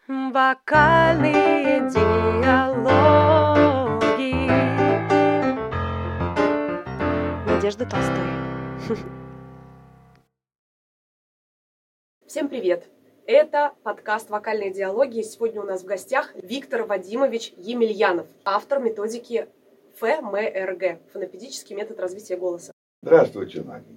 Вокальные диалоги. Надежда Толстой. Всем привет! Это подкаст «Вокальные диалоги». Сегодня у нас в гостях Виктор Вадимович Емельянов, автор методики ФМРГ – фонопедический метод развития голоса. Здравствуйте, Надя.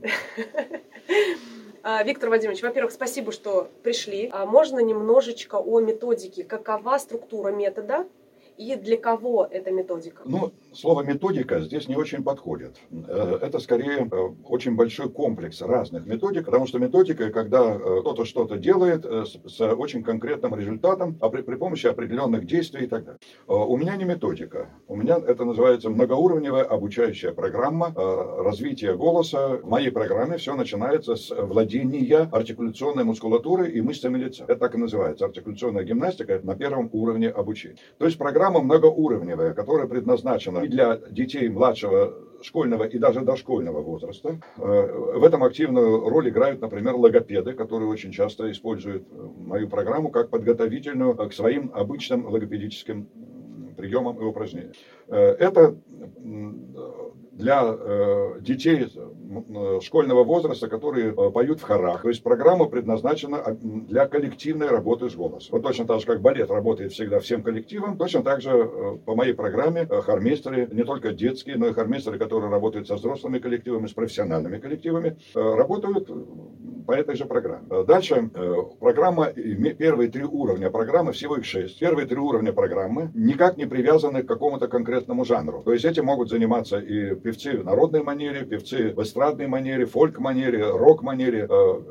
Виктор Вадимович, во-первых, спасибо, что пришли. Можно немножечко о методике. Какова структура метода и для кого эта методика? Слово «методика» здесь не очень подходит. Это скорее очень большой комплекс разных методик, потому что методика, когда кто-то что-то делает с очень конкретным результатом, при помощи определенных действий и так далее. У меня не методика. У меня это называется многоуровневая обучающая программа развития голоса. В моей программе все начинается с владения артикуляционной мускулатурой и мышцами лица. Это так и называется. Артикуляционная гимнастика на первом уровне обучения. То есть программа многоуровневая, которая предназначена и для детей младшего школьного и даже дошкольного возраста. В этом активную роль играют, например, логопеды, которые очень часто используют мою программу как подготовительную к своим обычным логопедическим приемам и упражнениям. Это для детей школьного возраста, которые поют в хорах. То есть программа предназначена для коллективной работы с голосом. Вот точно так же, как балет работает всегда всем коллективом, точно так же по моей программе хормейстеры, не только детские, но и хормейстеры, которые работают со взрослыми коллективами, с профессиональными коллективами, работают по этой же программе. Дальше программа, первые 3 уровня программы, всего их 6. Первые 3 уровня программы никак не привязаны к какому-то конкретному жанру. То есть этим могут заниматься и певцы в народной манере, певцы в эстрадной манере, фольк-манере, рок-манере,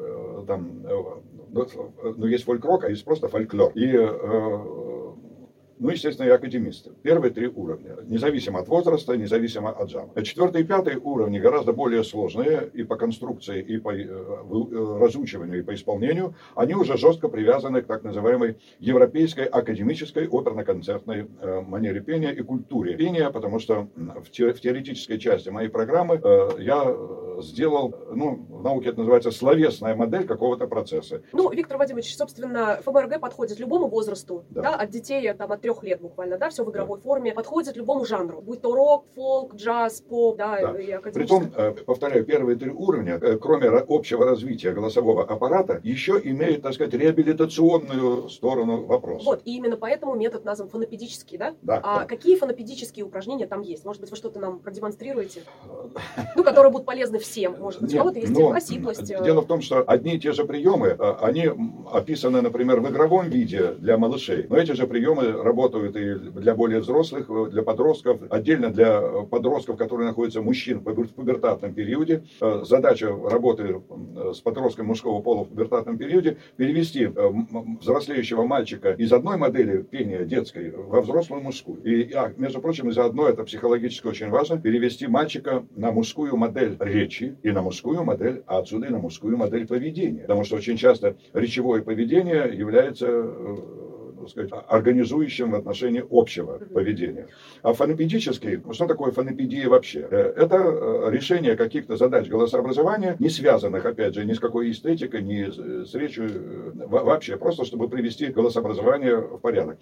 есть фольк-рок, а есть просто фольклор. Естественно, и академисты. Первые 3 уровня. Независимо от возраста, независимо от жанра. 4 и 5 уровни гораздо более сложные и по конструкции, и по разучиванию, и по исполнению. Они уже жестко привязаны к так называемой европейской академической оперно-концертной манере пения и культуре пения, потому что в теоретической части моей программы я сделал, в науке это называется словесная модель какого-то процесса. Виктор Вадимович, собственно, ФМРГ подходит любому возрасту, да, от детей от 3 лет буквально, да, все в игровой форме, подходит любому жанру, будь то рок, фолк, джаз, поп, да. И академический. Притом, повторяю, первые 3 уровня, кроме общего развития голосового аппарата, еще имеют, так сказать, реабилитационную сторону вопроса. Вот, и именно поэтому метод назван фонопедический, да? Да. Какие фонопедические упражнения там есть? Может быть, вы что-то нам продемонстрируете? Которые будут полезны всем, может быть. У кого-то есть осиплость. Дело в том, что одни и те же приемы, они описаны, например, в игровом виде для малышей, но эти же приемы работают и для более взрослых, для подростков, отдельно для подростков, которые находятся мужчин в пубертатном периоде. Задача работы с подростком мужского пола в пубертатном периоде перевести взрослеющего мальчика из одной модели пения детской во взрослую мужскую. И, между прочим, заодно это психологически очень важно, перевести мальчика на мужскую модель речи и на мужскую модель, а отсюда и на мужскую модель поведения. Потому что очень часто речевое поведение является организующим в отношении общего поведения. А фонопедический, что такое фонопедия вообще? Это решение каких-то задач голосообразования, не связанных, опять же, ни с какой эстетикой, ни с речью, вообще, просто чтобы привести голосообразование в порядок.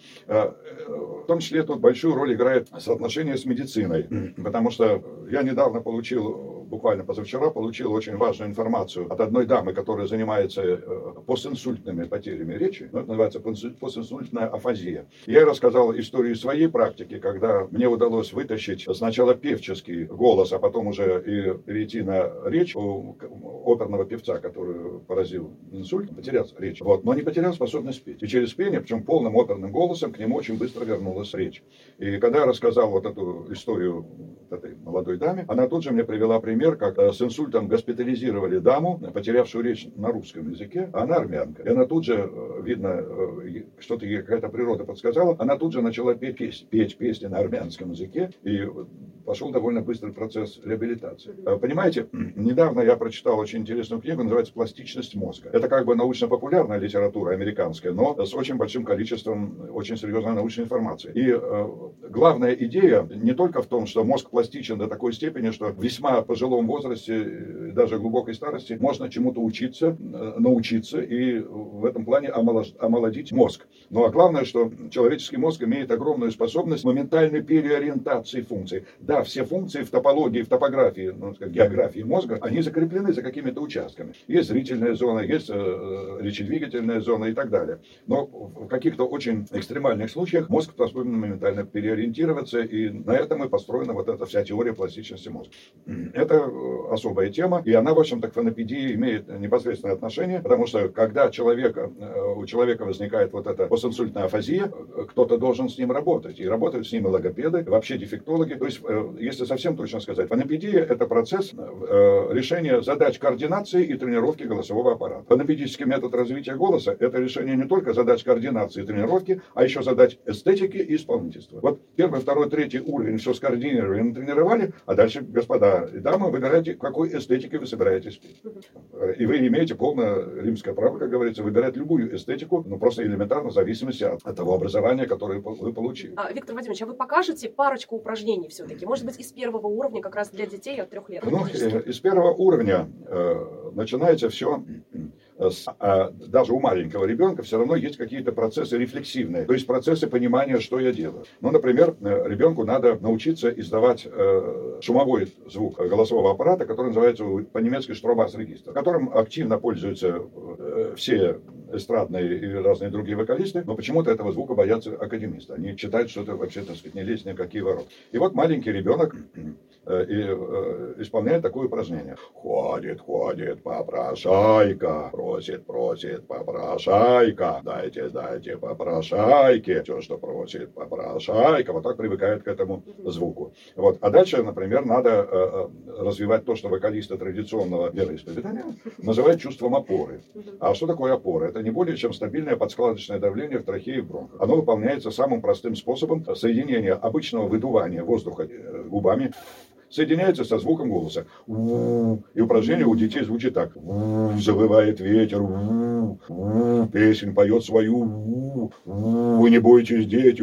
В том числе тут большую роль играет соотношение с медициной, потому что я недавно буквально позавчера получил очень важную информацию от одной дамы, которая занимается постинсультными потерями речи, это называется постинсультная афазия. Я ей рассказал историю своей практики, когда мне удалось вытащить сначала певческий голос, а потом уже и перейти на речь у оперного певца, который поразил инсульт, потерял речь, но не потерял способность петь. И через пение, причем полным оперным голосом, к нему очень быстро вернулась речь. И когда я рассказал эту историю этой молодой даме, она тут же мне привела пример, как с инсультом госпитализировали даму, потерявшую речь на русском языке, а она армянка. И она тут же, видно, что-то ей какая-то природа подсказала, она тут же начала петь песни на армянском языке. И пошел довольно быстрый процесс реабилитации. Понимаете, недавно я прочитал очень интересную книгу, называется «Пластичность мозга». Это как бы научно-популярная литература американская, но с очень большим количеством очень серьезной научной информации. И главная идея не только в том, что мозг пластичен до такой степени, что в весьма пожилом возрасте, даже глубокой старости, можно чему-то учиться, научиться и в этом плане омолодить мозг. Ну а главное, что человеческий мозг имеет огромную способность моментальной переориентации функций. Да, все функции в топологии, в топографии, географии мозга, они закреплены за какими-то участками. Есть зрительная зона, есть речедвигательная зона и так далее. Но в каких-то очень экстремальных случаях мозг способен моментально переориентироваться, и на этом и построена вот эта вся теория пластичности мозга. Это особая тема, и она, в общем-то, к фонопедии имеет непосредственное отношение, потому что когда у человека возникает вот эта постинсультная афазия, кто-то должен с ним работать, и работают с ним и логопеды, и вообще дефектологи. То есть, если совсем точно сказать, фонопедия – это процесс решения задач координации и тренировки голосового аппарата. Фонопедический метод развития голоса – это решение не только задач координации и тренировки, а еще задач эстетики и исполнительства. Вот первый, второй, третий уровень все скоординировали, натренировали, а дальше, господа и дамы, выбирайте, какой эстетикой вы собираетесь петь. И вы имеете полное римское право, как говорится, выбирать любую эстетику, но просто элементарно в зависимости от того образования, которое вы получили. Виктор Вадимович, а вы покажете парочку упражнений все-таки? Может быть, из первого уровня, как раз для детей от 3 лет? Ну, из первого уровня начинается все. Даже у маленького ребенка все равно есть какие-то процессы рефлексивные, то есть процессы понимания, что я делаю. Ну, например, ребенку надо научиться издавать шумовой звук голосового аппарата, который называется по-немецки штробас-регистр, которым активно пользуются все эстрадные и разные другие вокалисты, но почему-то этого звука боятся академисты. Они считают, что это вообще, так сказать, не лезть ни в какие ворота. И вот маленький ребенок исполняет такое упражнение. Ходит, ходит попрошайка, просит, просит попрошайка, дайте, дайте попрошайке, все, что просит попрошайка. Вот так привыкает к этому звуку. Вот. А дальше, например, надо развивать то, что вокалисты традиционного вероисповедания называют чувством опоры. А что такое опора? Это не более чем стабильное подскладочное давление в трахее и в бронхах. Оно выполняется самым простым способом соединения обычного выдувания воздуха губами, соединяется со звуком голоса. И упражнение у детей звучит так. Завывает ветер, песнь поет свою, вы не бойтесь, дети,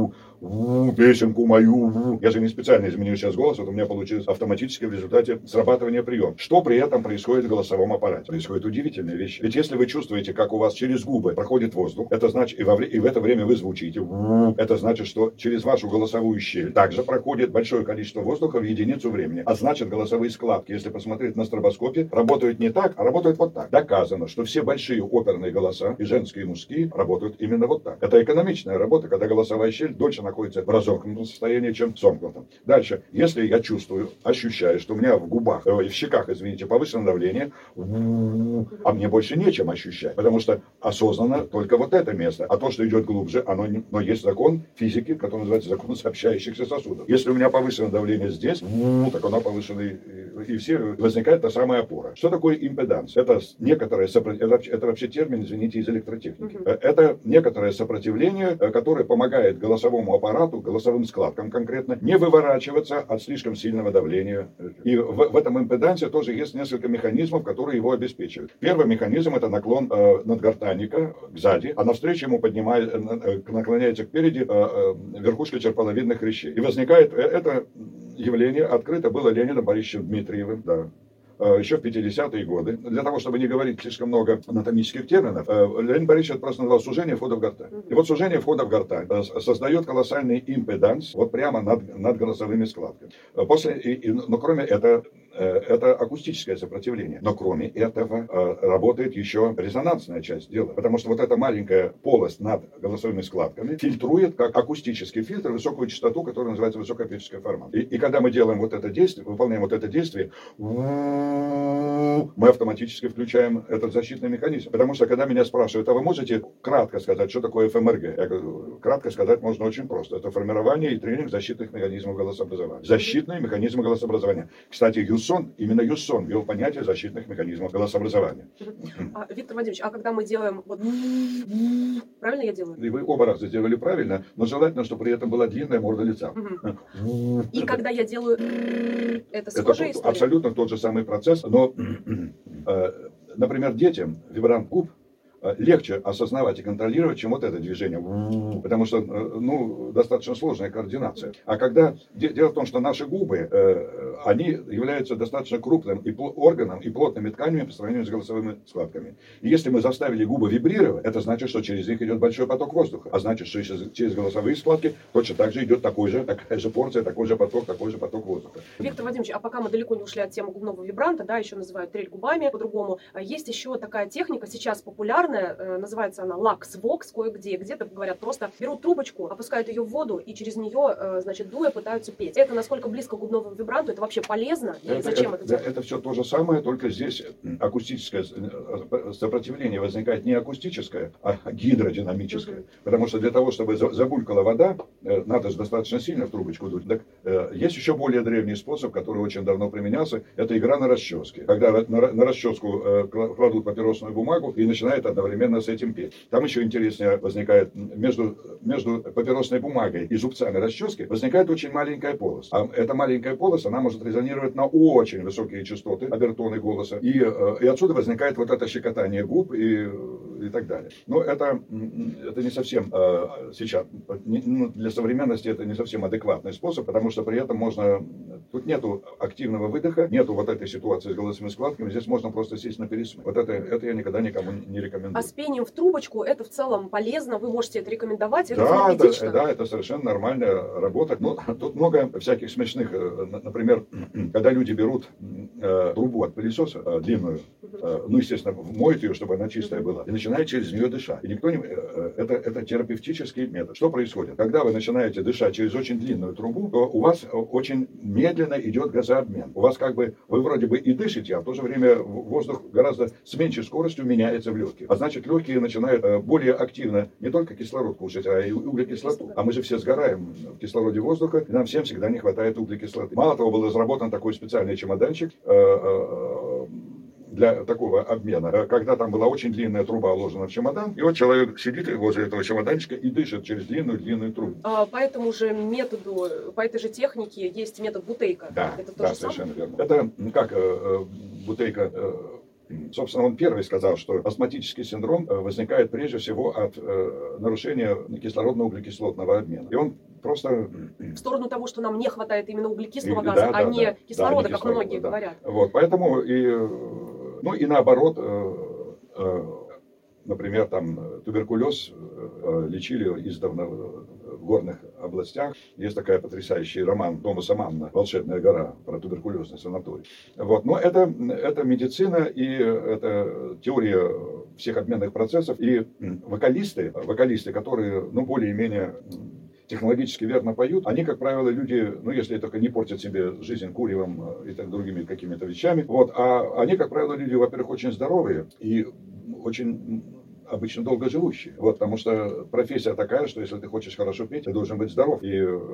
песенку мою. Я же не специально изменил сейчас голос, вот у меня получилось автоматически в результате срабатывания приема. Что при этом происходит в голосовом аппарате? Происходит удивительная вещь. Ведь если вы чувствуете, как у вас через губы проходит воздух, это значит, и в это время вы звучите, это значит, что через вашу голосовую щель также проходит большое количество воздуха в единицу времени. А значит, голосовые складки, если посмотреть на стробоскопе, работают не так, а работают вот так. Доказано, что все большие оперные голоса, и женские, и мужские, работают именно вот так. Это экономичная работа, когда голосовая щель дольше находится в разомкнутом состоянии, чем в сомкнутом. Дальше, если я ощущаю, что у меня в губах, в щеках, извините, повышенное давление, а мне больше нечем ощущать, потому что осознанно только вот это место. А то, что идет глубже, но есть закон физики, который называется закон сообщающихся сосудов. Если у меня повышенное давление здесь, так оно повышено и все, возникает та самая опора. Что такое импеданс? Это некоторое сопротивление, это вообще термин, извините, из электротехники. Это некоторое сопротивление, которое помогает голосовому аппарату, голосовым складкам конкретно, не выворачиваться от слишком сильного давления. И в этом импедансе тоже есть несколько механизмов, которые его обеспечивают. Первый механизм — это наклон надгортанника сзади, а навстречу ему наклоняется кпереди верхушка черпаловидных хрящей. И возникает это явление, открыто было Леонидом Борисовичем Дмитриевым, да, еще в 50-е годы. Для того, чтобы не говорить слишком много анатомических терминов, Леонид Борисович это просто назвал сужение входа в гортань. И вот сужение входа в гортань создает колоссальный импеданс вот прямо над голосовыми складками. Но кроме этого, это акустическое сопротивление. Но кроме этого работает еще резонансная часть дела. Потому что вот эта маленькая полость над голосовыми складками фильтрует, как акустический фильтр, высокую частоту, которая называется высокоэпическая форма. И когда мы делаем вот это действие, выполняем вот это действие, мы автоматически включаем этот защитный механизм. Потому что когда меня спрашивают, а вы можете кратко сказать, что такое ФМРГ? Я говорю, кратко сказать можно очень просто. Это формирование и тренинг защитных механизмов голосообразования. Защитные механизмы голосообразования. Кстати, Юссон, именно Юссон ввел понятие защитных механизмов голосообразования. Виктор Вадимович, а когда мы делаем вот правильно я делаю? И вы оба раза сделали правильно, но желательно, чтобы при этом была длинная морда лица. И когда я делаю это схожая история? Абсолютно тот же самый процесс, но, например, детям вибрант губ легче осознавать и контролировать, чем вот это движение. Потому что, достаточно сложная координация. А когда... Дело в том, что наши губы, они являются достаточно крупным органом и плотными тканями по сравнению с голосовыми складками. И если мы заставили губы вибрировать, это значит, что через них идет большой поток воздуха. А значит, что через голосовые складки точно так же идет такая же порция, такой же поток воздуха. Виктор Вадимович, а пока мы далеко не ушли от темы губного вибранта, да, еще называют трель губами по-другому, есть еще такая техника, сейчас популярная, называется она лакс-вокс, кое-где. Где-то говорят, просто берут трубочку, опускают ее в воду и через нее, дуя, пытаются петь. Это насколько близко к губному вибранту, это вообще полезно? И зачем это делать? Это все то же самое, только здесь акустическое сопротивление возникает не акустическое, а гидродинамическое. Потому что для того, чтобы забулькала вода, надо же достаточно сильно в трубочку дуть. Так, есть еще более древний способ, который очень давно применялся, это игра на расческе. Когда на расческу кладут папиросную бумагу и начинают одновременно с этим петь. Там еще интереснее возникает между папиросной бумагой и зубцами расчески возникает очень маленькая полость. А эта маленькая полость, она может резонировать на очень высокие частоты, обертоны голоса. И отсюда возникает вот это щекотание губ и так далее. Но это не совсем сейчас, для современности это не совсем адекватный способ, потому что при этом можно... Тут нету активного выдоха, нету вот этой ситуации с голосовыми складками, здесь можно просто сесть на пересмык. Вот это я никогда никому не рекомендую. А с пением в трубочку это в целом полезно, вы можете это рекомендовать, это фонетично? Да, это совершенно нормальная работа. Но тут много всяких смешных, например, когда люди берут трубу от пылесоса длинную, естественно, моют ее, чтобы она чистая была, и начинают через нее дышать. И никто не... Это терапевтический метод. Что происходит? Когда вы начинаете дышать через очень длинную трубу, то у вас очень медленно идет газообмен. У вас вы вроде бы и дышите, а в то же время воздух гораздо с меньшей скоростью меняется в легких. А значит, легкие начинают более активно не только кислород кушать, а и углекислоту. А мы же все сгораем в кислороде воздуха, и нам всем всегда не хватает углекислоты. Мало того, был разработан такой специальный чемоданчик для такого обмена, когда там была очень длинная труба уложена в чемодан, и вот человек сидит возле этого чемоданчика и дышит через длинную трубу. По этому же методу, по этой же технике есть метод Бутейко. Да, это то же совершенно самое? верно. Это как Бутейко... Собственно, он первый сказал, что астматический синдром возникает прежде всего от нарушения кислородно-углекислотного обмена. И он просто... В сторону того, что нам не хватает именно углекислого газа, не кислорода, как многие говорят. Вот, поэтому и наоборот, например, там туберкулез лечили издавна в горных областях. Есть такая потрясающий роман Томаса Манна «Волшебная гора» про туберкулезный санаторий. Вот. Но это медицина и это теория всех обменных процессов. И вокалисты, которые более-менее технологически верно поют, они, как правило, люди, если только не портят себе жизнь куревом и другими какими-то вещами, а они, как правило, люди, во-первых, очень здоровые и очень обычно долго живущие. Потому что профессия такая, что если ты хочешь хорошо петь, ты должен быть здоров.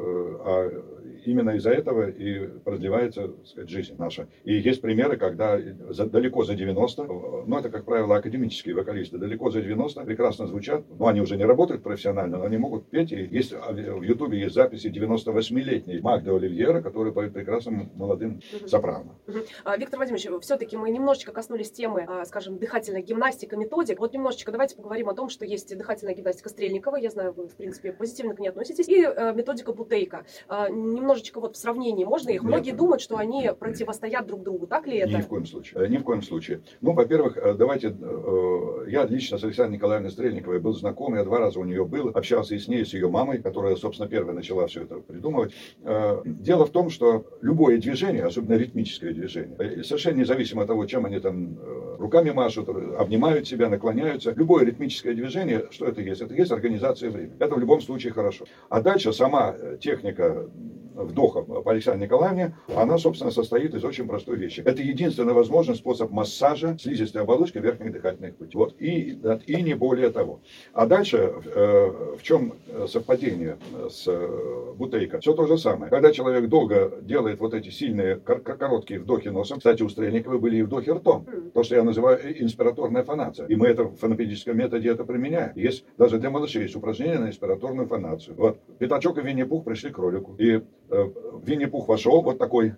Именно из-за этого и продлевается, так сказать, жизнь наша. И есть примеры, когда далеко за 90, это, как правило, академические вокалисты, далеко за 90 прекрасно звучат, они уже не работают профессионально, но они могут петь. И есть в Ютубе есть записи 98-летней Магды Оливьера, которая поет прекрасным молодым сопрано. Виктор Владимирович, все-таки мы немножечко коснулись темы, скажем, дыхательная гимнастика, методик. Вот немножечко давайте поговорим о том, что есть дыхательная гимнастика Стрельникова, я знаю, вы, в принципе, позитивно к ней относитесь, и методика Бутейко. Немножечко в сравнении можно их? Многие думают, что они противостоят друг другу. Так ли это? Ни в коем случае. Ни в коем случае. Во-первых, давайте... Я лично с Александрой Николаевной Стрельниковой был знаком, я 2 раза у нее был, общался и с ней, и с ее мамой, которая, собственно, первая начала все это придумывать. Дело в том, что любое движение, особенно ритмическое движение, совершенно независимо от того, чем они там руками машут, обнимают себя, наклоняются, любое ритмическое движение, что это есть? Это есть организация времени. Это в любом случае хорошо. А дальше сама техника вдохов по Александре Николаевне, она, собственно, состоит из очень простой вещи. Это единственный возможный способ массажа слизистой оболочки верхних дыхательных путей. Вот. И не более того. А дальше, в чем совпадение с Бутейко? Все то же самое. Когда человек долго делает вот эти сильные, короткие вдохи носом, кстати, у Стрельниковой были и вдохи ртом, то, что я называю инспираторная фонация. И мы это в фонопедическом методе это применяем. Есть даже для малышей есть упражнение на инспираторную фонацию. Вот. Пятачок и Винни-Пух пришли к кролику. И Винни-Пух вошел вот такой,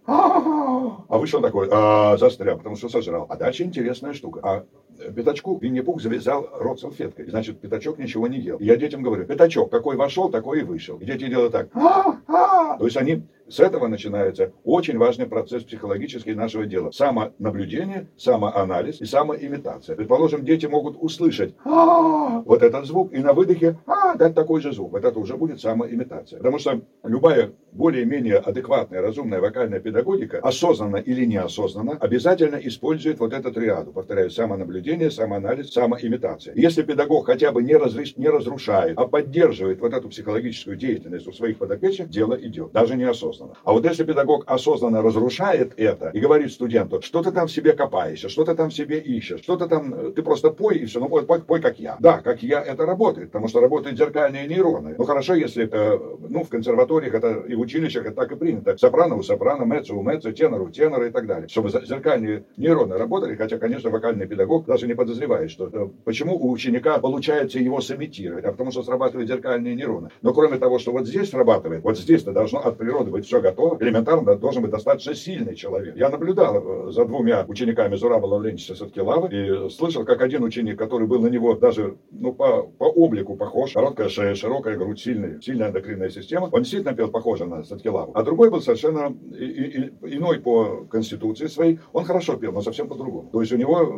а вышел такой, застрял, потому что сожрал. А дальше интересная штука. А Пятачку Винни-Пух завязал рот салфеткой. Значит, Пятачок ничего не ел. И я детям говорю, Пятачок, какой вошел, такой и вышел. И дети делают так. То есть они, с этого начинается очень важный процесс психологический нашего дела. Самонаблюдение, самоанализ и самоимитация. Предположим, дети могут услышать вот этот звук и на выдохе дать такой же звук. Вот это уже будет самоимитация. Потому что любая более-менее адекватная, разумная вокальная педагогика, осознанно или неосознанно, обязательно использует вот эту триаду. Повторяю, самонаблюдение, самоанализ, самоимитация. Если педагог хотя бы не разрушает, а поддерживает вот эту психологическую деятельность у своих подопечных, дело идет, даже неосознанно. А вот если педагог осознанно разрушает это и говорит студенту, что ты там в себе копаешься, что ты там в себе ищешь, что ты там, ты просто пой и все, ну пой как я. Да, как я это работает, потому что работают зеркальные нейроны. Ну хорошо, если, в консерваториях это и в училищах это так и принято. Сопрано у сопрано, меццо у меццо, тенор у тенора и так далее. Чтобы зеркальные нейроны работали, хотя, конечно, вокальный педагог даже не подозревает, что почему у ученика получается его сымитировать, а потому что срабатывают зеркальные нейроны. Но кроме того, что вот здесь срабатывает, вот здесь-то должно от природы быть все готово, элементарно должен быть достаточно сильный человек. Я наблюдал за двумя учениками Зураба Лаврентьевича Садкилавы и слышал, как один ученик, который был на него даже по облику похож, короткая шея, широкая грудь, сильная эндокринная система, он действительно пел похоже на Садкилаву. А другой был совершенно иной по конституции своей, он хорошо пел, но совсем по-другому. То есть у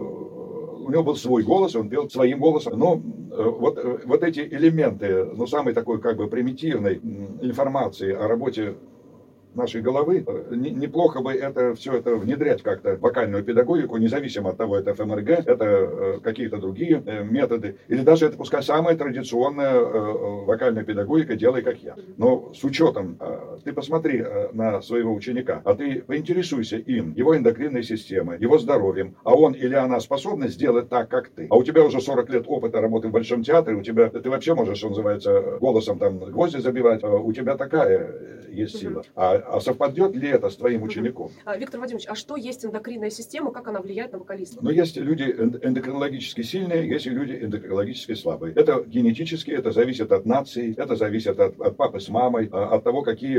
него был свой голос, он пел своим голосом. Но вот эти элементы, самой такой как бы примитивной информации о работе нашей головы, неплохо бы все это внедрять как-то в вокальную педагогику, независимо от того, это ФМРГ, это какие-то другие методы, или даже это пускай самая традиционная вокальная педагогика, делай как я. Но с учетом, ты посмотри на своего ученика, а ты поинтересуйся им, его эндокринной системой, его здоровьем, а он или она способна сделать так, как ты. А у тебя уже 40 лет опыта работы в Большом театре, ты вообще можешь, что называется, голосом там гвозди забивать, у тебя такая есть сила. А совпадет ли это с твоим учеником? Виктор Вадимович, а что есть эндокринная система, как она влияет на вокалиста? Ну, есть люди эндокринологически сильные, есть и люди эндокринологически слабые. Это генетически, это зависит от нации, это зависит от папы с мамой, от того, какие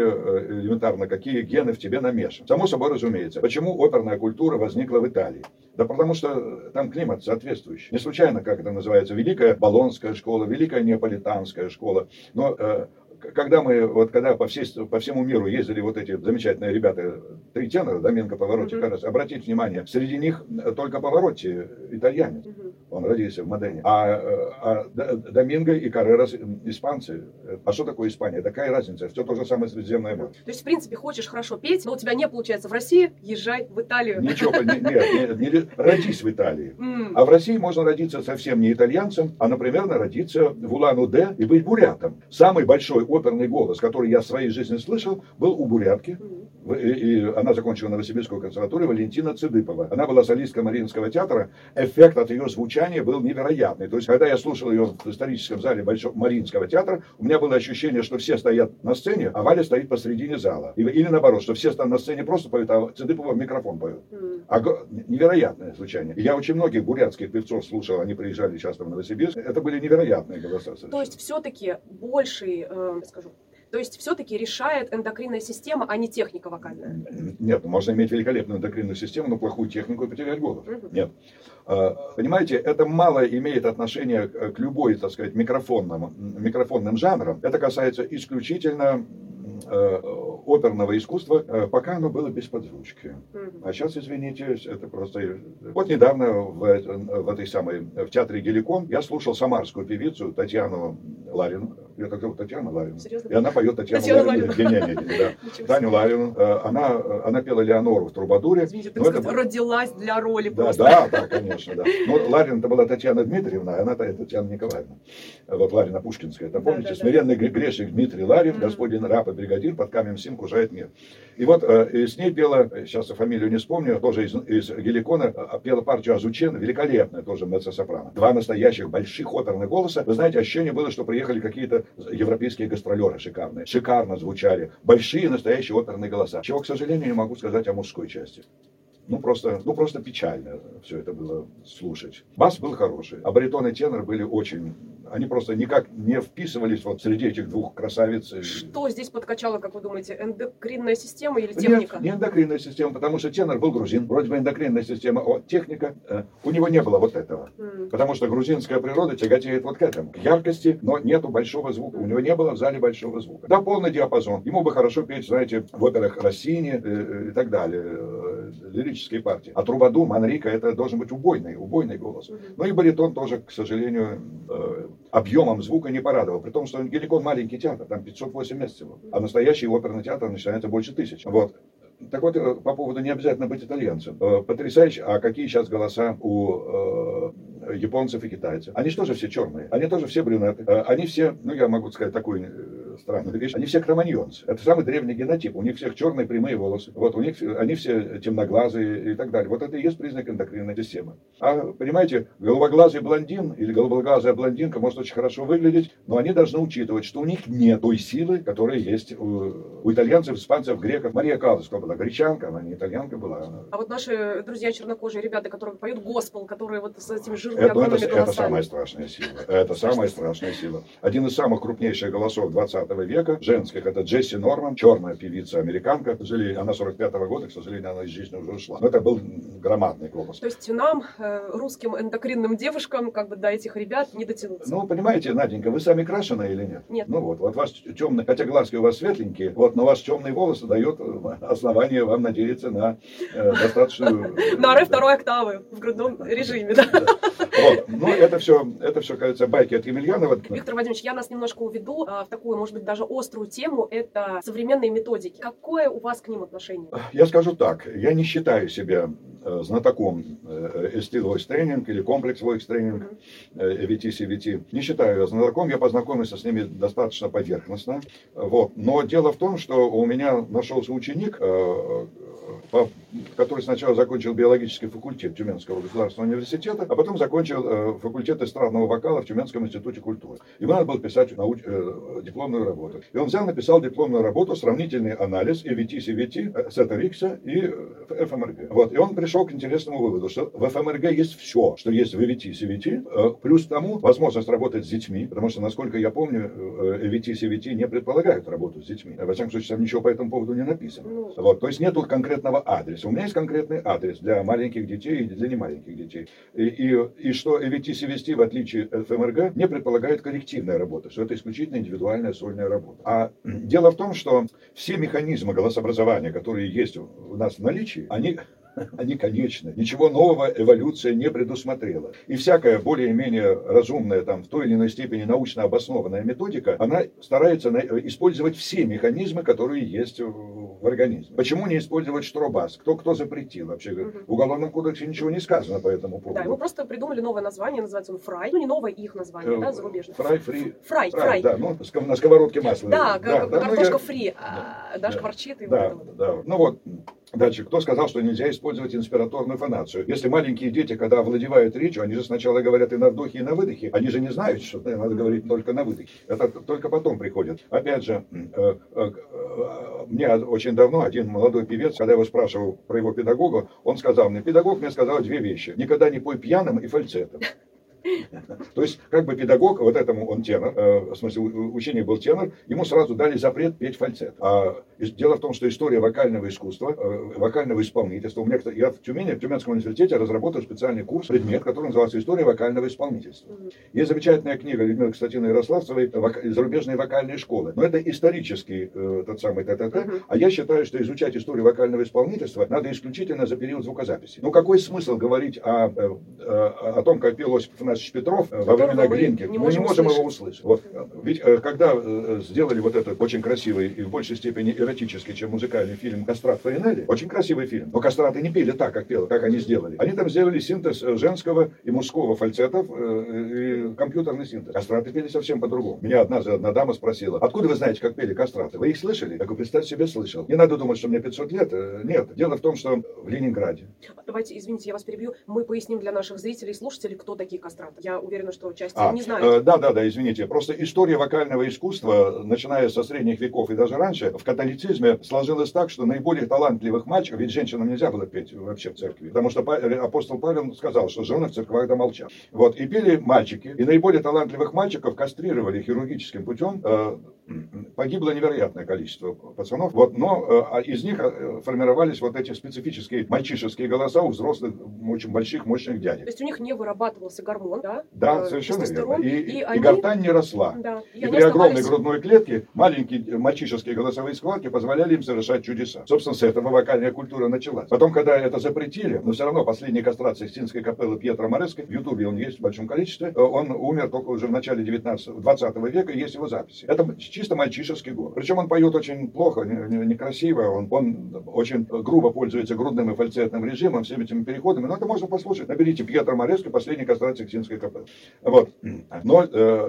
гены в тебе намешаны. Само собой разумеется. Почему оперная культура возникла в Италии? Да потому что там климат соответствующий. Не случайно, как это называется, Великая Болонская школа, Великая Неаполитанская школа. Но когда по всему миру ездили вот эти замечательные ребята, 3 тенора, Доменко, Паваротти, Каррес, обратите внимание, среди них только Паваротти итальянец, он родился в Модене, а Доминго и Каррерас испанцы. А что такое Испания? Такая разница, все то же самое Средиземное море. То есть, в принципе, хочешь хорошо петь, но у тебя не получается в России, езжай в Италию. Ничего, нет, родись в Италии. А в России можно родиться совсем не итальянцем, а, например, родиться в Улан-Удэ и быть бурятом. Самый большой оперный голос, который я в своей жизни слышал, был у бурятки. И она закончила Новосибирскую консерваторию, Валентина Цыдыпова. Она была солисткой Мариинского театра. Эффект от ее звучания был невероятный. То есть, когда я слушал ее в историческом зале Большого Мариинского театра, у меня было ощущение, что все стоят на сцене, а Валя стоит посредине зала. Или наоборот, что все на сцене просто поют, а Цыдыпова в микрофон поет. Невероятное звучание. Я очень многих бурятских певцов слушал, они приезжали часто в Новосибирск. Это были невероятные голоса. То есть, все-таки все-таки решает эндокринная система, а не техника вокальная? Нет, можно иметь великолепную эндокринную систему, но плохую технику и потерять голос. Нет. Понимаете, это мало имеет отношение к любой, так сказать, микрофонным жанрам. Это касается исключительно оперного искусства, пока оно было без подзвучки. А сейчас, извините, это просто... Вот недавно в театре Геликон я слушал самарскую певицу Татьяну Ларину. ее так зовут Татьяна Ларина. Серьезно? И она поет Татьяну Ларину. Не, Таню Ларину. Она пела Леонору в «Трубадуре». Извините, так сказать, родилась для роли просто. Да, конечно, да. Но Ларина-то была Татьяна Дмитриевна, а она-то Татьяна Николаевна. Вот Ларина Пушкинская. Это помните? Смиренный грешник Дмитрий Ларин, господин раб и бригадир, под камнем сим кужает мир. И вот с ней пела, сейчас фамилию не вспомню, тоже из Геликона, пела партию Азучен, великолепная тоже меццо-сопрано. Два настоящих больших оперных голоса. Вы знаете, ощущение было, что приехали какие-то европейские гастролеры шикарные. Шикарно звучали. Большие настоящие оперные голоса. Чего, к сожалению, не могу сказать о мужской части. Ну, просто печально все это было слушать. Бас был хороший, а баритон и тенор были очень... Они просто никак не вписывались вот среди этих двух красавиц. Что здесь подкачало, как вы думаете, эндокринная система или техника? Нет, не эндокринная система, потому что тенор был грузин. Вроде бы эндокринная система, а техника, у него не было вот этого. Потому что грузинская природа тяготеет вот к этому. К яркости, но нету большого звука. У него не было в зале большого звука. Да, полный диапазон. Ему бы хорошо петь, знаете, в операх Россини и так далее. Лирические партии. А Трубаду, Манрика, это должен быть убойный голос. Ну и баритон тоже, к сожалению, объемом звука не порадовал. При том, что Геликон маленький театр, там 508 мест всего. А настоящий оперный театр начинается больше 1000. Вот. Так вот, по поводу не обязательно быть итальянцем. Потрясающе. А какие сейчас голоса у японцев и китайцев? Они же тоже все черные. Они тоже все брюнеты. Они все, ну я могу сказать такую странную вещь, они все кроманьонцы. Это самый древний генотип. У них всех черные прямые волосы. Вот, они все темноглазые и так далее. Вот это и есть признак эндокринной системы. А, понимаете, голубоглазый блондин или голубоглазая блондинка может очень хорошо выглядеть, но они должны учитывать, что у них нет той силы, которая есть у итальянцев, испанцев, греков. Мария Каллас была гречанка, она не итальянка была. А вот наши друзья чернокожие ребята, которые поют госпел, которые вот с этими жирными огромными голосами. Это самая страшная сила. Это самая страшная сила. Один из самых крупнейших голосов 20 века, женских, это Джесси Норман, черная певица-американка. К сожалению, она 45-го года, к сожалению, она из жизни уже ушла. Но это был громадный голос. То есть нам, русским эндокринным девушкам, как бы до этих ребят не дотянуться. Ну, понимаете, Наденька, вы сами крашены или нет? Нет. Ну вот ваш темный, хотя глазки у вас светленькие, вот, но ваш темный волос дает основание вам надеяться на достаточную... На ре второй октавы в грудном режиме, да. Вот. Ну, это все, кажется, байки от Емельянова. Виктор Вадимович, я нас немножко уведу в такую, может быть, даже острую тему. Это современные методики. Какое у вас к ним отношение? Я скажу так. Я не считаю себя знатоком Esteel Voice Training или Complex Voice Training, EVT, CVT. Не считаю я знатоком. Я познакомился с ними достаточно поверхностно. Вот. Но дело в том, что у меня нашелся ученик, который сначала закончил биологический факультет Тюменского государственного университета, а потом закончил факультет эстрадного вокала в Тюменском институте культуры. Ему надо было писать дипломную работу. И он написал дипломную работу «Сравнительный анализ EVT, CVT, Сета Рикса и ФМРГ». Вот. И он пришел к интересному выводу, что в ФМРГ есть все, что есть в EVT, CVT, плюс к тому возможность работать с детьми, потому что, насколько я помню, EVT, CVT не предполагают работу с детьми. Во всяком случае, там ничего по этому поводу не написано. Вот. То есть нету конкретного адреса. У меня есть конкретный адрес для маленьких детей и для немаленьких детей. И что EVT, CVT, в отличие от ФМРГ, не предполагает коллективная работа, что это исключительно индивидуальная сольная работа. А дело в том, что все механизмы голосообразования, которые есть у нас в наличии, они конечны. Ничего нового эволюция не предусмотрела. И всякая более-менее разумная, там, в той или иной степени научно обоснованная методика, она старается использовать все механизмы, которые есть в организме. Почему не использовать штробас? Кто запретил вообще? В Уголовном кодексе ничего не сказано по этому поводу. Да, ему просто придумали новое название, называется он фрай. Ну, не новое их название, да, зарубежное. Фрай. Да, ну, на сковородке масла. Да, картошка фри. Дашка ворчит. Да. Ну вот. Дальше, кто сказал, что нельзя использовать инспираторную фонацию? Если маленькие дети, когда овладевают речью, они же сначала говорят и на вдохе, и на выдохе. Они же не знают, что надо говорить только на выдохе. Это только потом приходит. Опять же, мне очень давно один молодой певец, когда я его спрашивал про его педагога, он сказал мне, педагог мне сказал две вещи. Никогда не пой пьяным и фальцетом. То есть, как бы педагог, вот этому он тенор, в смысле ученик был тенор, ему сразу дали запрет петь фальцет. Дело в том, что история вокального искусства, вокального исполнительства, я в Тюмени, в Тюменском университете разработал специальный курс, предмет, который называется «История вокального исполнительства». Есть замечательная книга Людмилы Константиновны Ярославцевой «Зарубежные вокальные школы». Но это исторический тот самый а я считаю, что изучать историю вокального исполнительства надо исключительно за период звукозаписи. Ну какой смысл говорить о том, как пел Осипов Игнатьевич Петров во времена Глинки, мы не можем его услышать. Вот. Ведь когда сделали вот этот очень красивый и в большей степени эротический, чем музыкальный фильм «Кастрат Фаринелли», очень красивый фильм, но кастраты не пели так, как они сделали. Они там сделали синтез женского и мужского фальцетов, и компьютерный синтез. Кастраты пели совсем по-другому. Меня однажды одна дама спросила: откуда вы знаете, как пели кастраты? Вы их слышали? Я говорю: представьте себе, слышал. Не надо думать, что мне 500 лет. Нет. Дело в том, что в Ленинграде. Давайте, извините, я вас перебью. Мы поясним для наших зрителей и слушателей, кто такие кастраты. Я уверена, что часть не знает. Да, извините. Просто история вокального искусства, начиная со средних веков и даже раньше, в католицизме сложилась так, что наиболее талантливых мальчиков, ведь женщинам нельзя было петь вообще в церкви, потому что апостол Павел сказал, что жены в церквах да молчат. Вот, и пели мальчики, и наиболее талантливых мальчиков кастрировали хирургическим путем. Погибло невероятное количество пацанов, вот, но из них формировались вот эти специфические мальчишеские голоса у взрослых, очень больших, мощных дядек. То есть у них не вырабатывался гормон, да? Да, совершенно верно. И они... гортань не росла. Да, и при огромной грудной клетке маленькие мальчишеские голосовые складки позволяли им совершать чудеса. Собственно, с этого вокальная культура началась. Потом, когда это запретили, но все равно последняя кастрация Сикстинской капеллы Пьетро Моresco, в Ютубе он есть в большом количестве, он умер только уже в начале 20 века, и есть его записи. Это чисто мальчишеский год. Причем он поет очень плохо, некрасиво, он очень грубо пользуется грудным и фальцетным режимом, всеми этими переходами, но это можно послушать. Наберите Пьетро Моresco, последняя кастрация Сикстинской капеллы. Вот. Но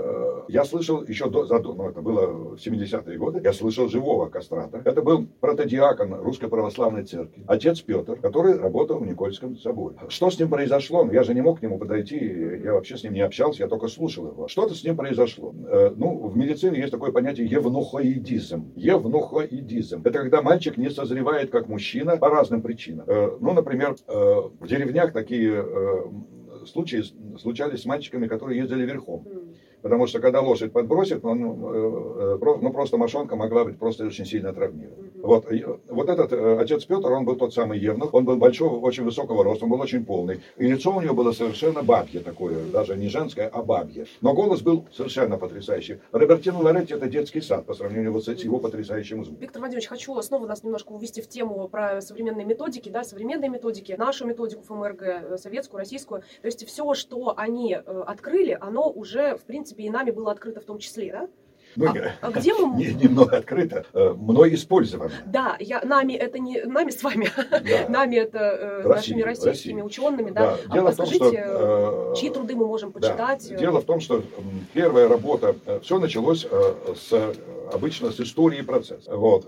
я слышал еще это было в 70-е годы, я слышал живого кастрата. Это был протодиакон Русской Православной Церкви, отец Петр, который работал в Никольском соборе. Что с ним произошло? Я же не мог к нему подойти, я вообще с ним не общался, я только слушал его. Что-то с ним произошло. В медицине есть такое понятие евнухоидизм. Евнухоидизм. Это когда мальчик не созревает как мужчина по разным причинам. Например, в деревнях такие случаи случались с мальчиками, которые ездили верхом. Потому что когда лошадь подбросит, просто мошонка могла быть просто очень сильно травмирована. Вот этот отец Петр, он был тот самый евнух, он был большого, очень высокого роста, он был очень полный. И лицо у него было совершенно бабье такое, даже не женское, а бабье. Но голос был совершенно потрясающий. Робертино Лоретти — это детский сад по сравнению с его потрясающим звуком. Виктор Вадимович, хочу снова нас немножко увести в тему про современные методики, нашу методику ФМРГ, советскую, российскую. То есть все, что они открыли, оно уже, в принципе, и нами было открыто в том числе, да? Где мы... Немного открыто, мной использовано. Да, нами это не нами с вами, да. Нами это нашими российскими учеными, да. Дело в том, чьи труды мы можем почитать? Да. Дело в том, что первая работа, все началось обычно с истории процесса.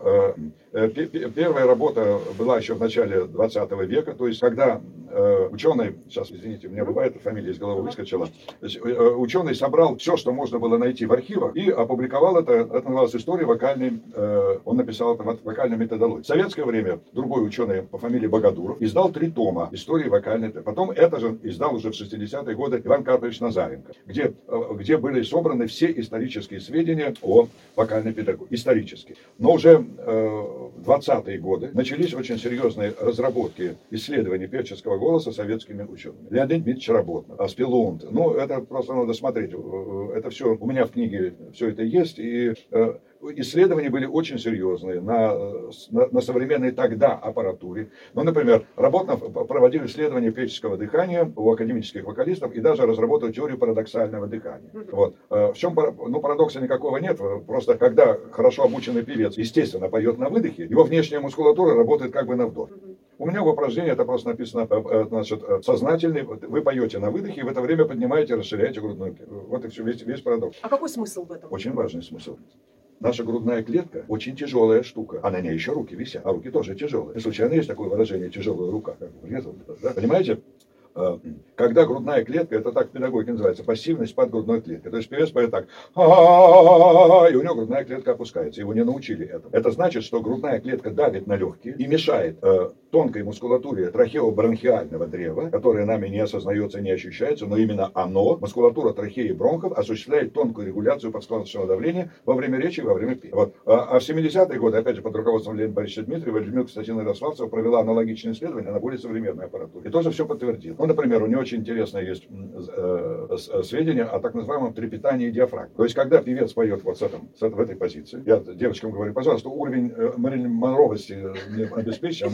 Первая работа была еще в начале 20 века, то есть когда ученый, сейчас, извините, у меня бывает, фамилия из головы выскочила, ученый собрал все, что можно было найти в архивах, и опубликовал это называлось «История вокальной», он написал это «Вокальной методологии». В советское время другой ученый по фамилии Богодуров издал 3 тома истории вокальной. Потом это же издал уже в 60-е годы Иван Карпович Назаренко, где были собраны все исторические сведения о вокальной педагогике. Исторические. Но уже в 20-е годы начались очень серьезные разработки исследований певческого голоса советскими учеными. Леонид Дмитриевич Работнов, Аспилунд. Это просто надо смотреть. Это все у меня в книге все это есть. И исследования были очень серьезные на современной тогда аппаратуре. Например, Работнов проводил исследования певческого дыхания у академических вокалистов и даже разработал теорию парадоксального дыхания. В чем парадокса никакого нет. Просто когда хорошо обученный певец, естественно, поет на выдохе, его внешняя мускулатура работает как бы на вдох. У меня в упражнении это просто написано, сознательный, вы поете на выдохе, и в это время поднимаете, расширяете грудную клетку. Вот и все, весь парадокс. А какой смысл в этом? Очень важный смысл. Наша грудная клетка очень тяжелая штука, а на ней еще руки висят, а руки тоже тяжелые. И случайно есть такое выражение «тяжелая рука», как врезал, да? Понимаете? Когда грудная клетка, это так в педагогике называется, пассивный спад грудной клетки. То есть певец поет так, и у него грудная клетка опускается. Его не научили этому. Это значит, что грудная клетка давит на легкие и мешает тонкой мускулатуре трахеобронхиального древа, которое нами не осознается, не ощущается, но именно оно, мускулатура трахеи и бронхов, осуществляет тонкую регуляцию подскладочного давления во время речи и во время пения. А в 70-е годы, опять же, под руководством Лены Борисовича Дмитриева, Людмила Константиновна Ярославцева провела аналогичные исследования на более современной аппаратуре. И тоже все подтвердила. Например, у нее очень интересное есть сведения о так называемом трепетании диафрагмы. То есть, когда певец поет в этой позиции, я девочкам говорю, пожалуйста, уровень Мэрилин Монровости не обеспечен, а мужчинам говорю,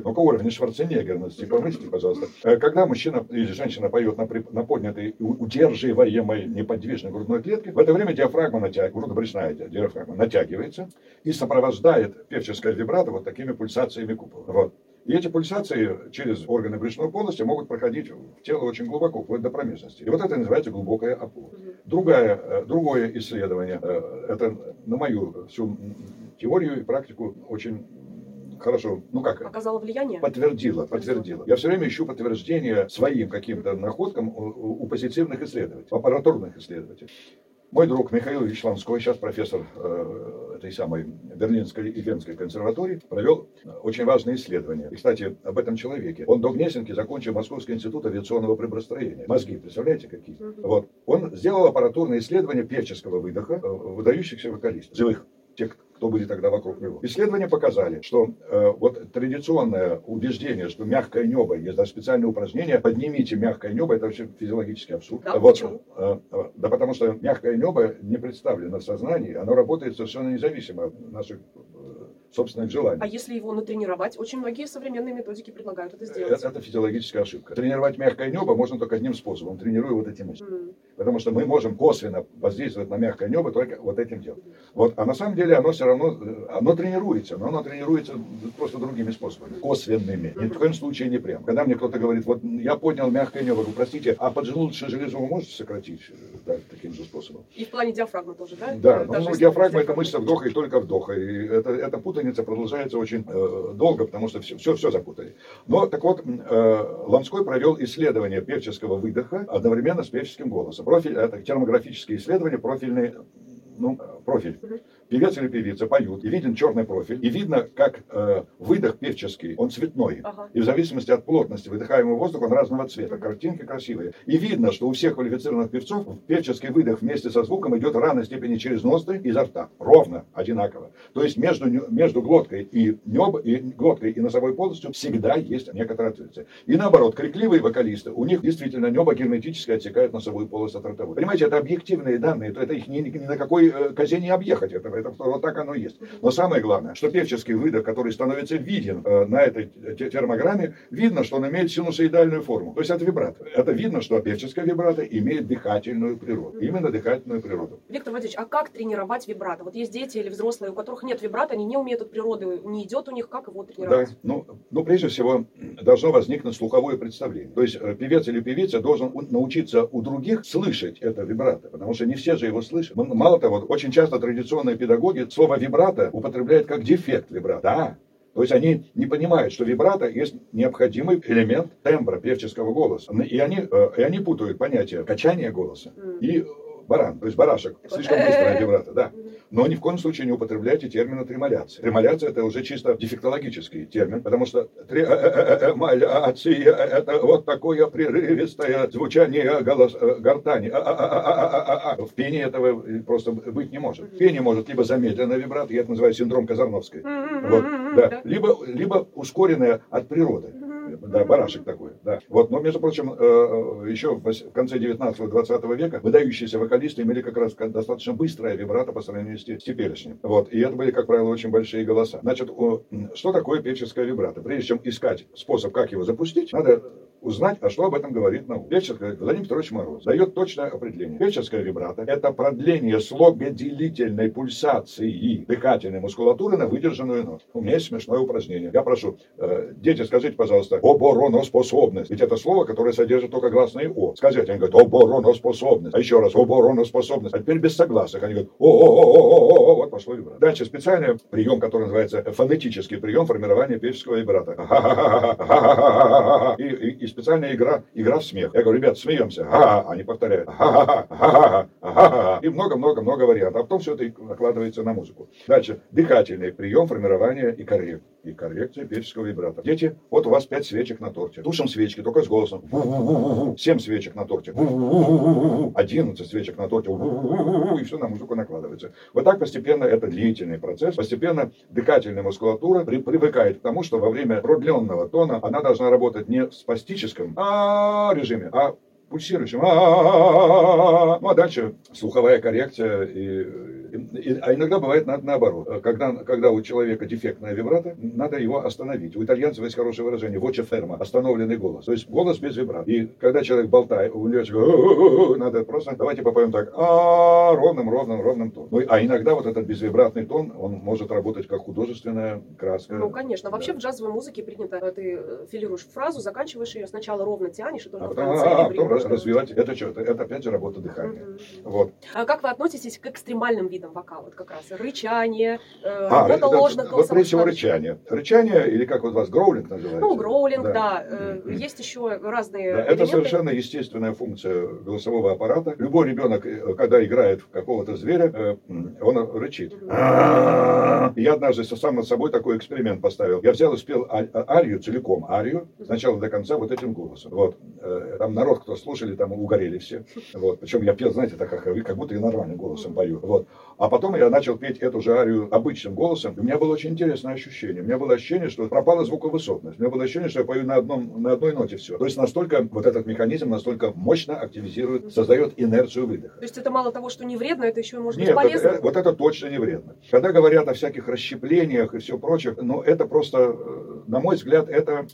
ну-ка уровень Шварценеггера, помыслите, пожалуйста. Когда мужчина или женщина поет на поднятой, удерживаемой неподвижной грудной клетке, в это время диафрагма грудобрюшная диафрагма натягивается и сопровождает певческое вибрато вот такими пульсациями купола. Вот. И эти пульсации через органы брюшной полости могут проходить в тело очень глубоко, вплоть до промежности. И вот это называется глубокая опора. Другое исследование, это на мою всю теорию и практику очень хорошо, оказало влияние? Подтвердила. Я все время ищу подтверждение своим каким-то находкам у позитивных исследователей, аппаратурных исследователей. Мой друг Михаил Ильич Ланской, сейчас профессор этой самой Берлинской и Венской консерватории, провел очень важное исследование. И, кстати, об этом человеке. Он до Гнесинки закончил Московский институт авиационного приборостроения. Мозги, представляете, какие? Вот. Он сделал аппаратурное исследование певческого выдоха выдающихся вокалистов, живых, тех, кто были тогда вокруг него. Исследования показали, что вот традиционное убеждение, что мягкое небо, есть даже специальное упражнение, поднимите мягкое небо, это вообще физиологический абсурд. Да, почему? Да потому что мягкое небо не представлено в сознании, оно работает совершенно независимо от наших собственных желаний. А если его натренировать? Очень многие современные методики предлагают это сделать. Это физиологическая ошибка. Тренировать мягкое небо можно только одним способом, тренируя вот эти мышцы. Потому что мы можем косвенно воздействовать на мягкое небо только вот этим делом. Вот. А на самом деле оно все равно, оно тренируется, но оно тренируется просто другими способами, косвенными. Ни в коем случае не прям. Когда мне кто-то говорит, вот я поднял мягкое небо, говорю, простите, а поджелудочную железу вы можете сократить таким же способом? И в плане диафрагмы тоже, да? Да, диафрагма это мышца вдоха и только вдоха. И эта путаница продолжается очень долго, потому что все запутали. Но так вот, Ланской провел исследование певческого выдоха одновременно с певческим голосом. Это термографические исследования, профиль. Певец или певица поют, и виден черный профиль, и видно, как выдох певческий, он цветной. И в зависимости от плотности выдыхаемого воздуха он разного цвета. Картинки красивые. И видно, что у всех квалифицированных певцов певческий выдох вместе со звуком идет в равной степени через ноздри и изо рта. Ровно, одинаково. То есть между глоткой и глоткой и носовой полостью всегда есть некоторое отверстие. И наоборот, крикливые вокалисты, у них действительно небо герметически отсекает носовую полость от ротовой. Понимаете, это объективные данные, то это их ни на какой козе не объехать. Это вот так оно есть. Но самое главное, что певческий выдох, который становится виден на этой термограмме, видно, что он имеет синусоидальную форму. То есть это вибрато. Это видно, что певческая вибрато имеет дыхательную природу. Именно дыхательную природу. Виктор Владимирович, а как тренировать вибрато? Вот есть дети или взрослые, у которых нет вибрато, они не умеют от природы, не идет у них, как его тренировать? Да, прежде всего, должно возникнуть слуховое представление. То есть певец или певица должен научиться у других слышать это вибрато, потому что не все же его слышат. Мало того, очень часто традиционные педагоги слово вибрато употребляют как дефект вибрато. Да. То есть они не понимают, что вибрато есть необходимый элемент тембра певческого голоса. И они путают понятие качания голоса и баран, то есть барашек, слишком быстрая вибрато, да. Но ни в коем случае не употребляйте термина тремоляция. Тремоляция это уже чисто дефектологический термин, потому что это вот такое прерывистое звучание гортани. В пении этого просто быть не может. В пении может либо замедленная вибрато, я это называю синдром Казарновской, вот, да, либо ускоренная от природы. Да, барашек такой, да. Вот, но, между прочим, еще в конце 19-20 века выдающиеся вокалисты имели как раз достаточно быстрое вибрато по сравнению с теперешним. Вот, и это были, как правило, очень большие голоса. Значит, что такое певческое вибрато? Прежде чем искать способ, как его запустить, надо узнать, а что об этом говорит наука. Певческое, Владимир Петрович Мороз дает точное определение. Певческое вибрато – это продление слогоделительной пульсации дыхательной мускулатуры на выдержанную ноту. У меня есть смешное упражнение. Я прошу, дети, скажите, пожалуйста, обороноспособность. Ведь это слово, которое содержит только гласные О. Скажите, они говорят, обороноспособность. А еще раз, обороноспособность. А теперь без согласных. Они говорят, о, вот пошло вибрато. Дальше специальный прием, который называется фонетический прием формирования певческого вибрато. И специальная игра в смех. Я говорю, ребят, смеемся. Они повторяют. И много-много-много вариантов. А потом все это накладывается на музыку. Дальше. Дыхательный прием формирования и коррекции певческого вибрато. Дети, вот у вас 5 свечек на торте. Тушим свечки, только с голосом. 7 свечек на торте. 11 свечек на торте. И все на музыку накладывается. Вот так постепенно, это длительный процесс, постепенно дыхательная мускулатура привыкает к тому, что во время продленного тона она должна работать не в спастическом режиме, а пульсирующим. Ну а дальше слуховая коррекция и А иногда бывает наоборот. Когда у человека дефектная вибрато, надо его остановить. У итальянцев есть хорошее выражение «voce ferma», остановленный голос. То есть голос без вибрато. И когда человек болтает, у него надо просто, давайте попоем так, ровным тоном. Ну, а иногда вот этот безвибратный тон, он может работать как художественная краска. Ну, конечно. Вообще да. в джазовой музыке принято, ты филируешь фразу, заканчиваешь ее, сначала ровно тянешь, и только в потом, конце потом развивать. Это что? Это опять же работа дыхания. Вот. А как вы относитесь к экстремальным видам вокала? Вот как раз рычание, работа ложных голосовых. Вот прежде всего рычание. Рычание, или как вот у вас гроулинг называется? Ну, гроулинг, да. Есть еще разные элементы. Это совершенно естественная функция голосового аппарата. Любой ребенок, когда играет в какого-то зверя, он рычит. Я однажды сам над собой такой эксперимент поставил. Я взял и спел арию, целиком арию, сначала до конца вот этим голосом. Вот. Там народ, кто слушали, там угорели все. Вот. Причем я пел, знаете, так как будто я нормальным голосом пою. Вот. А потом я начал петь эту же арию обычным голосом. И у меня было очень интересное ощущение. У меня было ощущение, что пропала звуковысотность. У меня было ощущение, что я пою на одной ноте все. То есть настолько вот этот механизм настолько мощно активизирует, создает инерцию выдоха. То есть это мало того, что не вредно, это еще и может Нет, быть полезно? Вот это точно не вредно. Когда говорят о всяких расщеплениях и все прочее, но это просто, на мой взгляд, это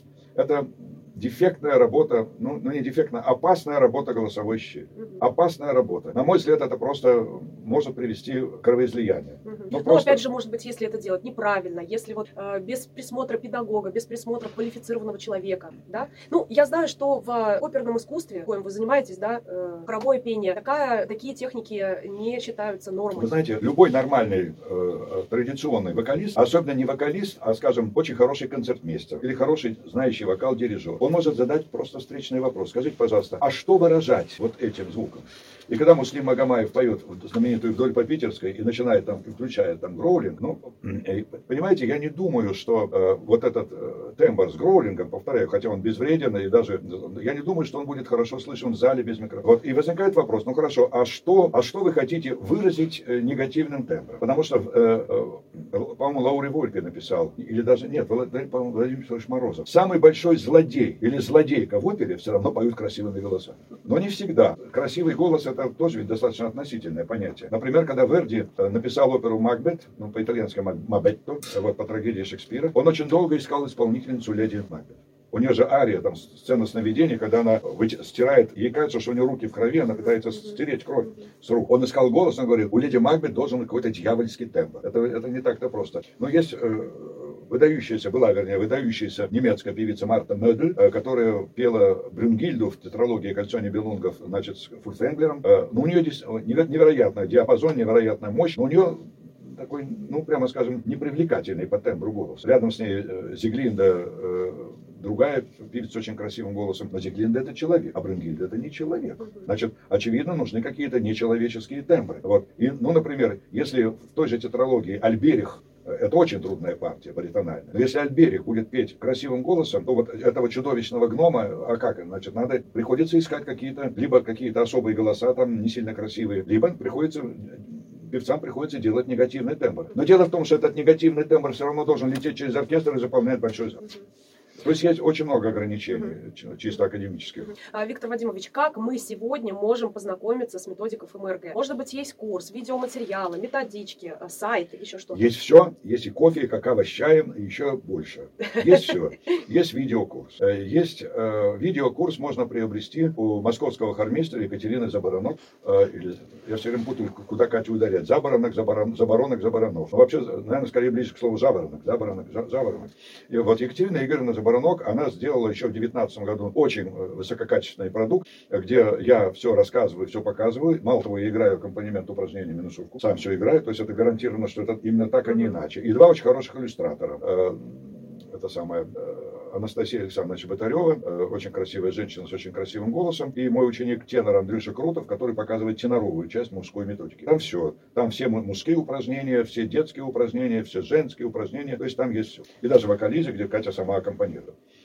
дефектная работа, ну не дефектная, опасная работа голосовой щели. Опасная работа. На мой взгляд, это просто может привести к кровоизлиянию. Ну, опять же, может быть, если это делать неправильно, если вот без присмотра педагога, без присмотра квалифицированного человека, да? Ну, я знаю, что в оперном искусстве, коим вы занимаетесь, да, хоровое пение, такие техники не считаются нормой. Вы знаете, любой нормальный традиционный вокалист, особенно не вокалист, а, скажем, очень хороший концертмейстер или хороший знающий вокал дирижер, он может задать просто встречный вопрос. Скажите, пожалуйста, а что выражать вот этим звуком? И когда Муслим Магомаев поет знаменитую «Вдоль по Питерской» и начинает там, включает там гроулинг, ну, понимаете, я не думаю, что вот этот тембр с гроулингом, повторяю, хотя он безвреден, и даже, я не думаю, что он будет хорошо слышен в зале без микрофона. Вот, и возникает вопрос, ну хорошо, а что вы хотите выразить негативным тембром? Потому что, по-моему, Лаури Вольпе написал, или даже, нет, по-моему, Владимир Владимирович Морозов, самый большой злодей или злодейка в опере все равно поют красивыми голосами. Но не всегда. Красивый голос — это тоже ведь достаточно относительное понятие. Например, когда Верди написал оперу «Макбет», ну, по-итальянски «Мабетто», вот по трагедии Шекспира, он очень долго искал исполнительницу леди Макбет. У нее же ария, там сцена сновидений, когда она стирает, ей кажется, что у нее руки в крови, она пытается стереть кровь с рук. Он искал голос, он говорит, у леди Макбет должен быть какой-то дьявольский тембр. Это не так-то просто. Но есть выдающаяся немецкая певица Марта Мёдель, которая пела Брюнгильду в тетралогии «Кольцо Нибелунгов», значит, с Фуртвенглером. Ну, у нее здесь невероятный диапазон, невероятная мощь, но у нее такой, ну, прямо скажем, непривлекательный по тембру голос. Рядом с ней Зиглинда, другая певица с очень красивым голосом. Но Зиглинда — это человек, а Брюнгильда — это не человек. Значит, очевидно, нужны какие-то нечеловеческие тембры. Вот. И, ну, например, если в той же тетралогии Альберих, это очень трудная партия, баритональная. Но если Альберих будет петь красивым голосом, то вот этого чудовищного гнома, а как? Значит, приходится искать либо какие-то особые голоса там не сильно красивые, либо певцам приходится делать негативный тембр. Но дело в том, что этот негативный тембр все равно должен лететь через оркестр и заполнять большой зал. То есть есть очень много ограничений, чисто академических. Виктор Вадимович, как мы сегодня можем познакомиться с методикой ФМРГ? Может быть, есть курс, видеоматериалы, методички, сайты, еще что-то? Есть все. Есть и кофе, и какао с чаем, и еще больше. Есть все. Есть видеокурс. Есть видеокурс, можно приобрести у московского хормейстера Екатерины Забаранок. Я все время путаю, куда Катю ударять. Забаранок, Забаранов. Но вообще, наверное, скорее ближе к слову Забаранок. И вот Екатерина Игоревна Забаранок, она сделала еще в 2019 году очень высококачественный продукт, где я все рассказываю, все показываю. Мало того, я играю аккомпанемент упражнений минусовку. Сам все играю, то есть это гарантированно, что это именно так, а не иначе. И два очень хороших иллюстратора. Это самая Анастасия Александровна Чеботарева, очень красивая женщина с очень красивым голосом, и мой ученик тенор Андрюша Крутов, который показывает теноровую часть мужской методики. Там все. Там все мужские упражнения, все детские упражнения, все женские упражнения, то есть там есть все. И даже вокализы, где Катя сама аккомпанирует.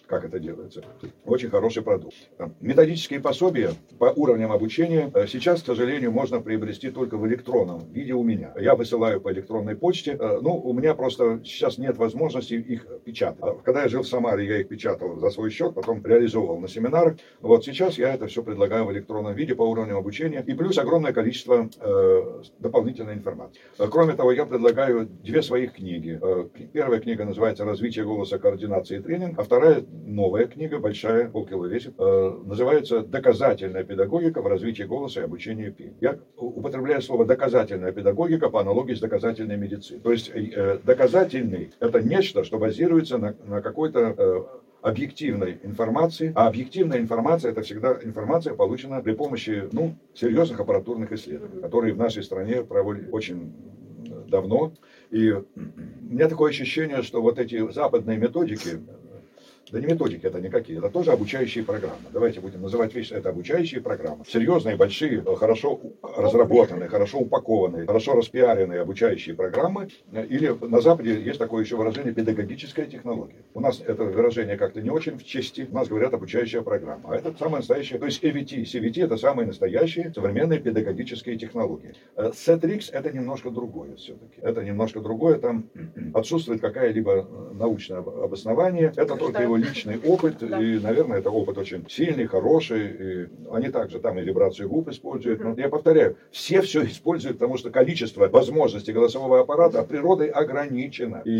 как это делается. Очень хороший продукт. Методические пособия по уровням обучения сейчас, к сожалению, можно приобрести только в электронном виде у меня. Я высылаю по электронной почте. У меня просто сейчас нет возможности их печатать. Когда я жил в Самаре, я их печатал за свой счет, потом реализовывал на семинарах. Вот сейчас я это все предлагаю в электронном виде по уровню обучения. И плюс огромное количество дополнительной информации. Кроме того, я предлагаю 2 своих книги. Первая книга называется «Развитие голоса, координации и тренинг», а вторая новая книга, большая, полкило весит, называется «Доказательная педагогика в развитии голоса и обучении пению». Я употребляю слово «доказательная педагогика» по аналогии с доказательной медициной. То есть доказательный – это нечто, что базируется на какой-то объективной информации, а объективная информация – это всегда информация, полученная при помощи серьезных аппаратурных исследований, которые в нашей стране проводят очень давно. И у меня такое ощущение, что вот эти западные методики, да не методики это никакие, это тоже обучающие программы. Давайте будем называть вещи, это обучающие программы. Серьезные, большие, хорошо разработанные, хорошо упакованные, хорошо распиаренные обучающие программы. Или на Западе есть такое еще выражение педагогическая технология. У нас это выражение как-то не очень в чести. У нас говорят обучающая программа. А это самое настоящее. То есть EVT, CVT это самые настоящие современные педагогические технологии. CETRIX это немножко другое все-таки. Это немножко другое. Там отсутствует какая-либо научное обоснование. Это только его личный опыт, и, наверное, это опыт очень сильный, хороший. И они также там и вибрацию губ используют. Но я повторяю, все используют, потому что количество возможностей голосового аппарата природой ограничено. И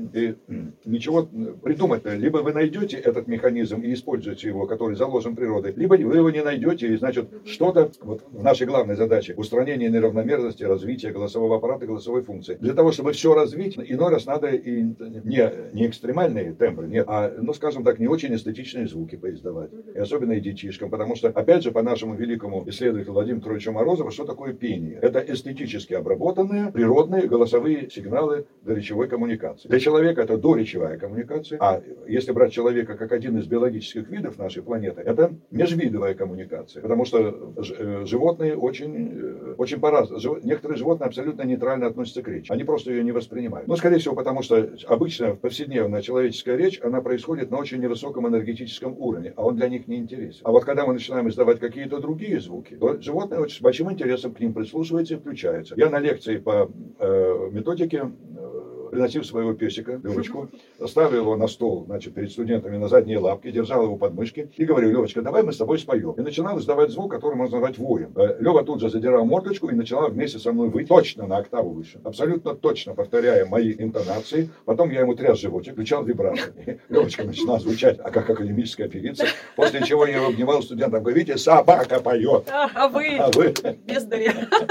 ничего придумать, либо вы найдете этот механизм и используете его, который заложен природой, либо вы его не найдете, и значит что-то, вот в нашей главной задаче, устранение неравномерности, развитие голосового аппарата, голосовой функции. Для того, чтобы все развить, иной раз надо и не экстремальные тембры, нет, а, скажем так, не очень эстетичные звуки поиздавать. И особенно и детишкам. Потому что, опять же, по нашему великому исследователю Владимиру Петровичу Морозову, что такое пение? Это эстетически обработанные природные голосовые сигналы для речевой коммуникации. Для человека это доречевая коммуникация. А если брать человека как один из биологических видов нашей планеты, это межвидовая коммуникация. Потому что животные очень по-разному. Некоторые животные абсолютно нейтрально относятся к речи. Они просто ее не воспринимают. Скорее всего, потому что обычно повседневная человеческая речь, она происходит на очень невысоком энергетическом уровне, а он для них не интересен. А вот когда мы начинаем издавать какие-то другие звуки, то животные очень с большим интересом к ним прислушиваются и включаются. Я на лекции по методике приносил своего песика, Левочку, ставил его на стол, перед студентами на задние лапки, держал его под мышки и говорю: Левочка, давай мы с тобой споем. И начинал издавать звук, который можно назвать воем. Лева тут же задирал мордочку и начала вместе со мной выть точно на октаву выше. Абсолютно точно повторяя мои интонации. Потом я ему тряс животик, включал вибрацию. Левочка начинала звучать, как академическая певица. После чего я обнимал студентов, говорю: видите, собака поет. А вы бездари.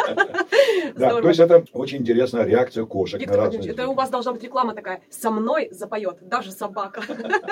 Да, то есть это очень интересная реакция кошек. Виктор Владимирович, это у вас должна быть реклама такая: со мной запоет даже собака.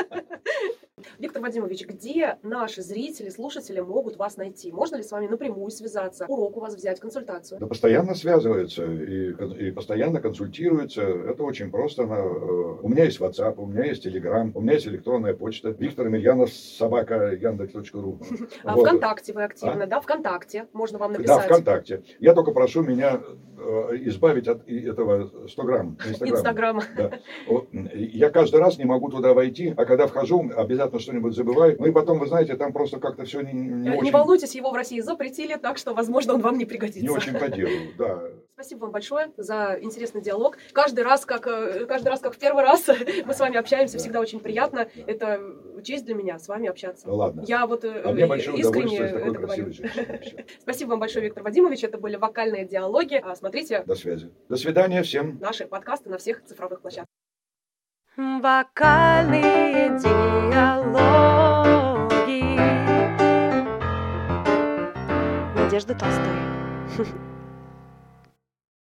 Виктор Вадимович, где наши зрители, слушатели могут вас найти? Можно ли с вами напрямую связаться, урок у вас взять, консультацию? Да, постоянно связываются и постоянно консультируются. Это очень просто. У меня есть WhatsApp, у меня есть Telegram, у меня есть электронная почта. Виктор Емельянов, собака, Яндекс.ру. А вот. ВКонтакте вы активны, да? ВКонтакте можно вам написать. Да, ВКонтакте. Я только прошу меня избавить от этого 100 грамм Инстаграма. Да. Я каждый раз не могу туда войти, а когда вхожу, обязательно что-нибудь забываю. И потом, вы знаете, там просто как-то все не очень... Не волнуйтесь, его в России запретили, так что, возможно, он вам не пригодится. Не очень по делу, да. Спасибо вам большое за интересный диалог. Каждый раз, как в первый раз, мы с вами общаемся, всегда очень приятно. Это честь для меня с вами общаться. Ну, ладно. Я мне большое искренне удовольствие это говорю. Спасибо вам большое, Виктор Вадимович. Это были вокальные диалоги. Смотрите. До связи. До свидания всем. Наши подкасты на всех цифровых площадках. Вокальные диалоги Надежды Толстой.